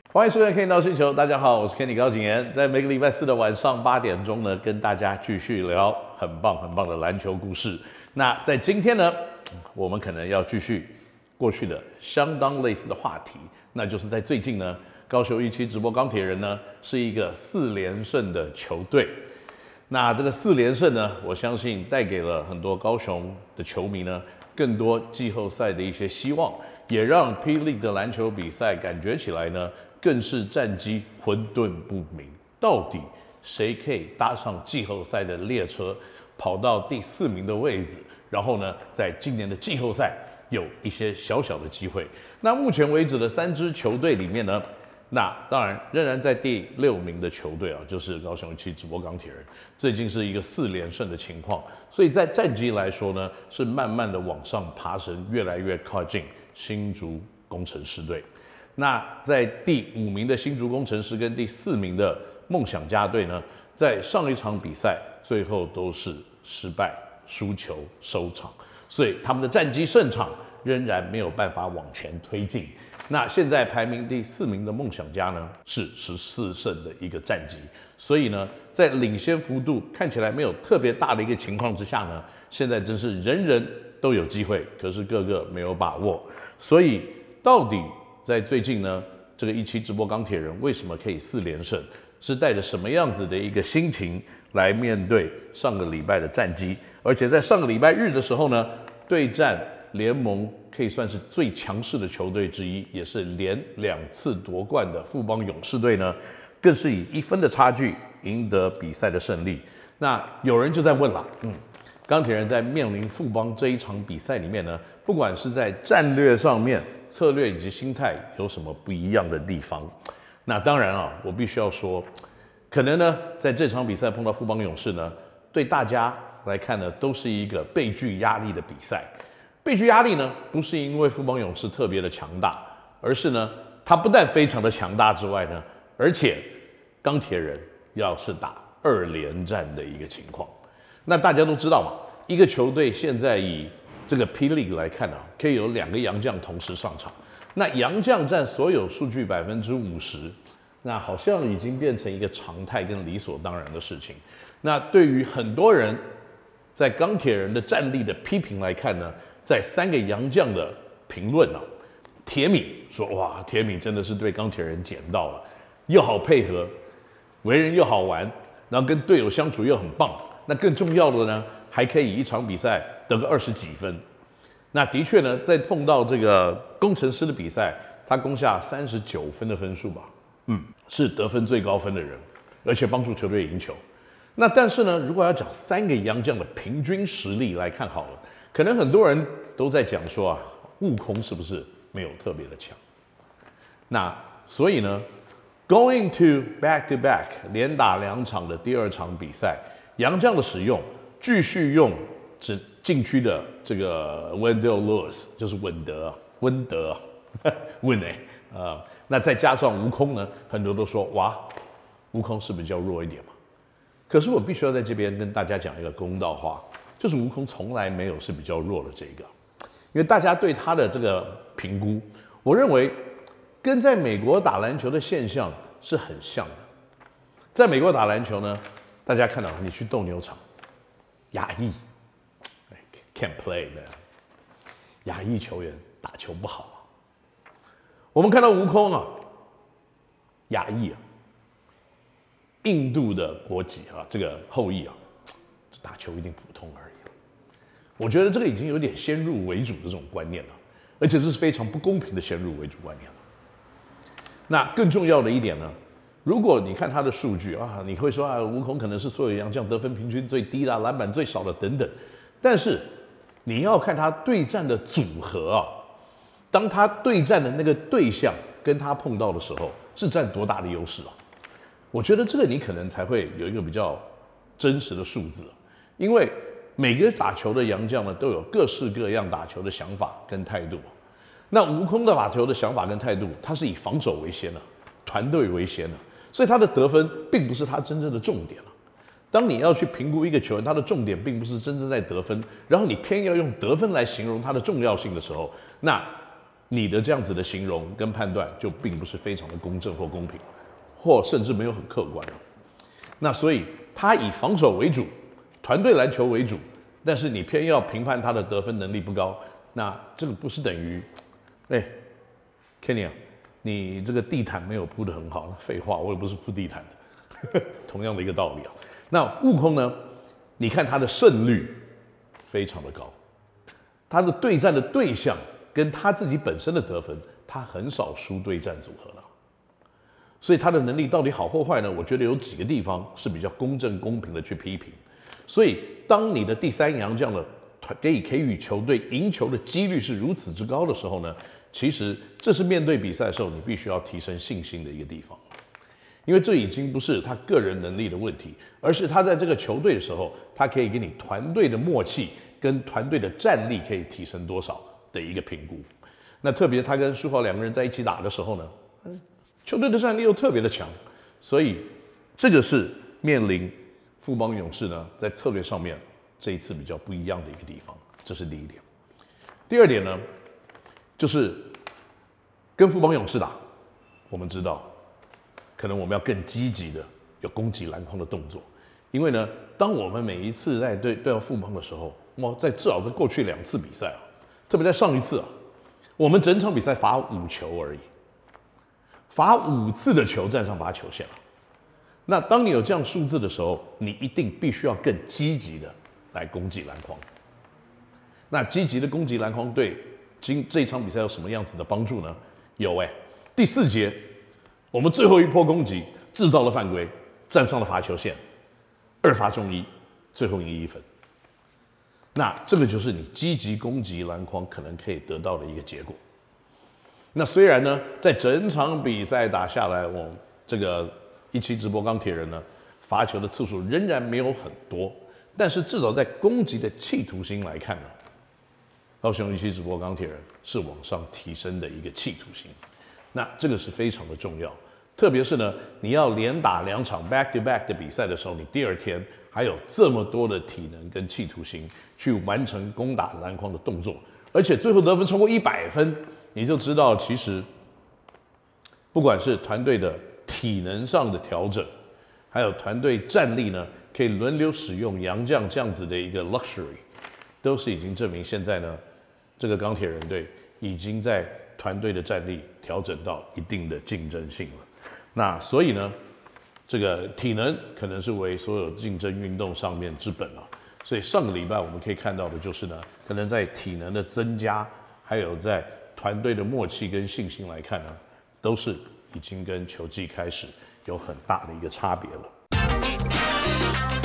欢迎收看《Kenny 闹星球》，大家好，我是 Kenny 高景言，在每个礼拜四的晚上8点钟呢，跟大家继续聊很棒的篮球故事。那在今天呢，我们可能要继续过去的相当类似的话题，那就是在最近呢，高雄17直播钢铁人呢是一个4连胜的球队。那这个4连胜呢，我相信带给了很多高雄的球迷呢更多季后赛的一些希望，也让霹雳的篮球比赛感觉起来呢更是战绩混沌不明，到底谁可以搭上季后赛的列车，跑到第4名的位置，然后呢，在今年的季后赛有一些小小的机会。那目前为止的3支球队里面呢，那当然仍然在第6名的球队啊，就是高雄17直播钢铁人，最近是一个4连胜的情况，所以在战绩来说呢，是慢慢的往上爬升，越来越靠近新竹工程师队。那在第5名的新竹工程师跟第4名的梦想家队呢，在上一场比赛最后都是失败输球收场，所以他们的战绩胜场仍然没有办法往前推进。那现在排名第4名的梦想家呢，是14胜的一个战绩，所以呢，在领先幅度看起来没有特别大的一个情况之下呢，现在真是人人都有机会，可是个个没有把握。所以到底在最近呢，这个17直播钢铁人为什么可以4连胜？是带着什么样子的一个心情来面对上个礼拜的战绩？而且在上个礼拜日的时候呢，对战联盟可以算是最强势的球队之一，也是连2次夺冠的富邦勇士队呢，更是以1分的差距赢得比赛的胜利。那有人就在问了，钢铁人在面临富邦这一场比赛里面呢，不管是在战略上面、策略以及心态有什么不一样的地方？那当然啊，我必须要说，可能呢，在这场比赛碰到富邦勇士呢，对大家来看呢，都是一个倍具压力的比赛。倍具压力呢，不是因为富邦勇士特别的强大，而是呢，它不但非常的强大之外呢，而且钢铁人要是打2连战的一个情况。那大家都知道嘛，一个球队现在以这个霹雳来看啊，可以有2个洋将同时上场，那洋将占所有数据50%，那好像已经变成一个常态跟理所当然的事情。那对于很多人在钢铁人的战力的批评来看呢，在3个洋将的评论啊，铁米说哇，铁米真的是对钢铁人捡到了，又好配合，为人又好玩，然后跟队友相处又很棒。那更重要的呢，还可以一场比赛得个20几分。那的确呢，在碰到这个工程师的比赛，他攻下39分的分数吧，是得分最高分的人，而且帮助球队赢球。那但是呢，如果要讲3个洋将的平均实力来看好了，可能很多人都在讲说啊，悟空是不是没有特别的强？那所以呢 ，going to back 连打2场的第2场比赛。洋将的使用，继续用禁区的这个 Wendell Lewis， 就是温德那再加上悟空呢，很多都说哇，悟空是比较弱一点嘛。可是我必须要在这边跟大家讲一个公道话，就是悟空从来没有是比较弱的这个，因为大家对他的这个评估，我认为跟在美国打篮球的现象是很像的。在美国打篮球呢，大家看到你去斗牛场，亚裔 can't play man， 亚裔球员打球不好啊。我们看到悟空啊，亚裔啊，印度的国籍啊，这个后裔啊，打球一定普通而已。我觉得这个已经有点先入为主的这种观念了，而且这是非常不公平的先入为主观念了。那更重要的一点呢，如果你看他的数据啊，你会说啊，悟空可能是所有洋将得分平均最低啦，篮板最少的等等。但是你要看他对战的组合啊，当他对战的那个对象跟他碰到的时候，是占多大的优势啊？我觉得这个你可能才会有一个比较真实的数字，因为每个打球的洋将呢，都有各式各样打球的想法跟态度。那悟空的打球的想法跟态度，他是以防守为先的，团队为先的，所以他的得分并不是他真正的重点了。当你要去评估一个球员，他的重点并不是真正在得分，然后你偏要用得分来形容他的重要性的时候，那你的这样子的形容跟判断就并不是非常的公正或公平，或甚至没有很客观了。那所以他以防守为主，团队篮球为主，但是你偏要评判他的得分能力不高，那这个不是等于，Kenny 啊，你这个地毯没有铺得很好，废话，我也不是铺地毯的，同样的一个道理啊。那悟空呢？你看他的胜率非常的高，他的对战的对象跟他自己本身的得分，他很少输对战组合了。所以他的能力到底好或坏呢？我觉得有几个地方是比较公正公平的去批评。所以当你的第三洋将的给予球队赢球的几率是如此之高的时候呢，其实这是面对比赛的时候你必须要提升信心的一个地方。因为这已经不是他个人能力的问题，而是他在这个球队的时候，他可以给你团队的默契跟团队的战力可以提升多少的一个评估。那特别他跟书豪两个人在一起打的时候呢，球队的战力又特别的强，所以这个是面临富邦勇士呢在策略上面这一次比较不一样的一个地方，这是第一点。第二点呢，就是跟富邦勇士打，我们知道可能我们要更积极的有攻击篮筐的动作，因为呢，当我们每一次在对到富邦的时候，在至少在过去2次比赛啊，特别在上一次啊，我们整场比赛罚5球而已，罚5次的球站上罚球线。那当你有这样数字的时候，你一定必须要更积极的来攻击篮筐。那积极的攻击篮筐对这一场比赛有什么样子的帮助呢？有第4节。我们最后一波攻击制造了犯规，站上了罚球线，2罚中1，最后赢1分。那这个就是你积极攻击篮筐可能可以得到的一个结果。那虽然呢，在整场比赛打下来，我这个17直播钢铁人呢，罚球的次数仍然没有很多，但是至少在攻击的企图心来看呢，高雄17直播钢铁人是往上提升的一个企图心。那这个是非常的重要，特别是呢，你要连打2场 back to back 的比赛的时候，你第2天还有这么多的体能跟企图心去完成攻打篮筐的动作，而且最后得分超过100分，你就知道其实不管是团队的体能上的调整，还有团队战力呢，可以轮流使用洋将这样子的一个 luxury， 都是已经证明现在呢，这个钢铁人队已经在团队的战力调整到一定的竞争性了。那所以呢，这个体能可能是为所有竞争运动上面之本啊。所以上个礼拜我们可以看到的就是呢，可能在体能的增加，还有在团队的默契跟信心来看呢，都是已经跟球季开始有很大的一个差别了。